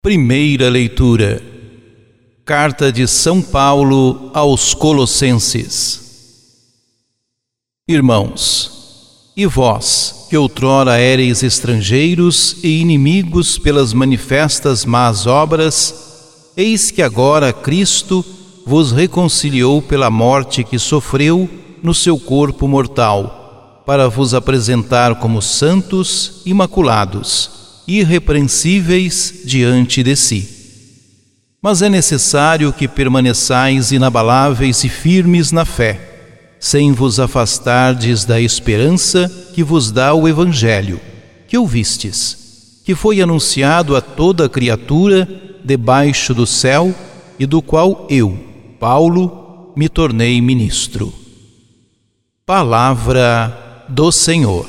Primeira leitura. Carta de São Paulo aos Colossenses. Irmãos, e vós, que outrora éreis estrangeiros e inimigos pelas manifestas más obras, eis que agora Cristo vos reconciliou pela morte que sofreu no seu corpo mortal, para vos apresentar como santos, imaculados, irrepreensíveis diante de si. Mas é necessário que permaneçais inabaláveis e firmes na fé, sem vos afastardes da esperança que vos dá o Evangelho, que ouvistes, que foi anunciado a toda criatura debaixo do céu e do qual eu, Paulo, me tornei ministro. Palavra do Senhor.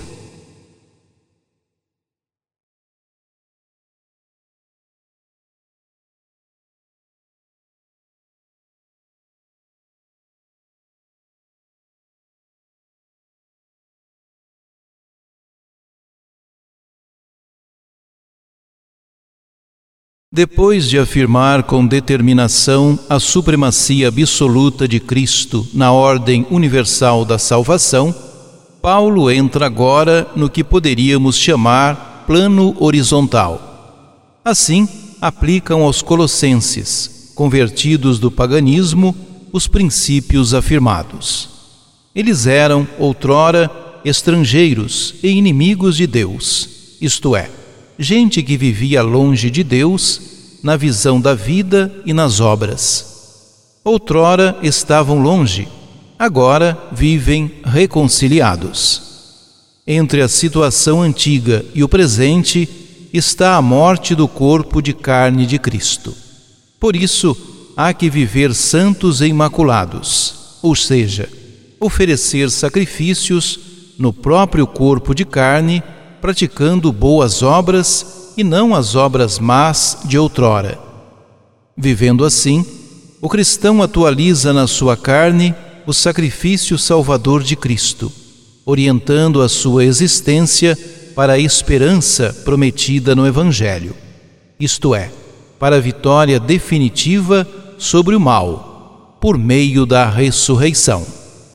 Depois de afirmar com determinação a supremacia absoluta de Cristo na ordem universal da salvação, Paulo entra agora no que poderíamos chamar plano horizontal. Assim, aplicam aos colossenses, convertidos do paganismo, os princípios afirmados. Eles eram, outrora, estrangeiros e inimigos de Deus, isto é, gente que vivia longe de Deus na visão da vida e nas obras. Outrora estavam longe, agora vivem reconciliados. Entre a situação antiga e o presente está a morte do corpo de carne de Cristo. Por isso, há que viver santos e imaculados, ou seja, oferecer sacrifícios no próprio corpo de carne, praticando boas obras e não as obras más de outrora. Vivendo assim, o cristão atualiza na sua carne o sacrifício salvador de Cristo, orientando a sua existência para a esperança prometida no Evangelho, isto é, para a vitória definitiva sobre o mal, por meio da ressurreição.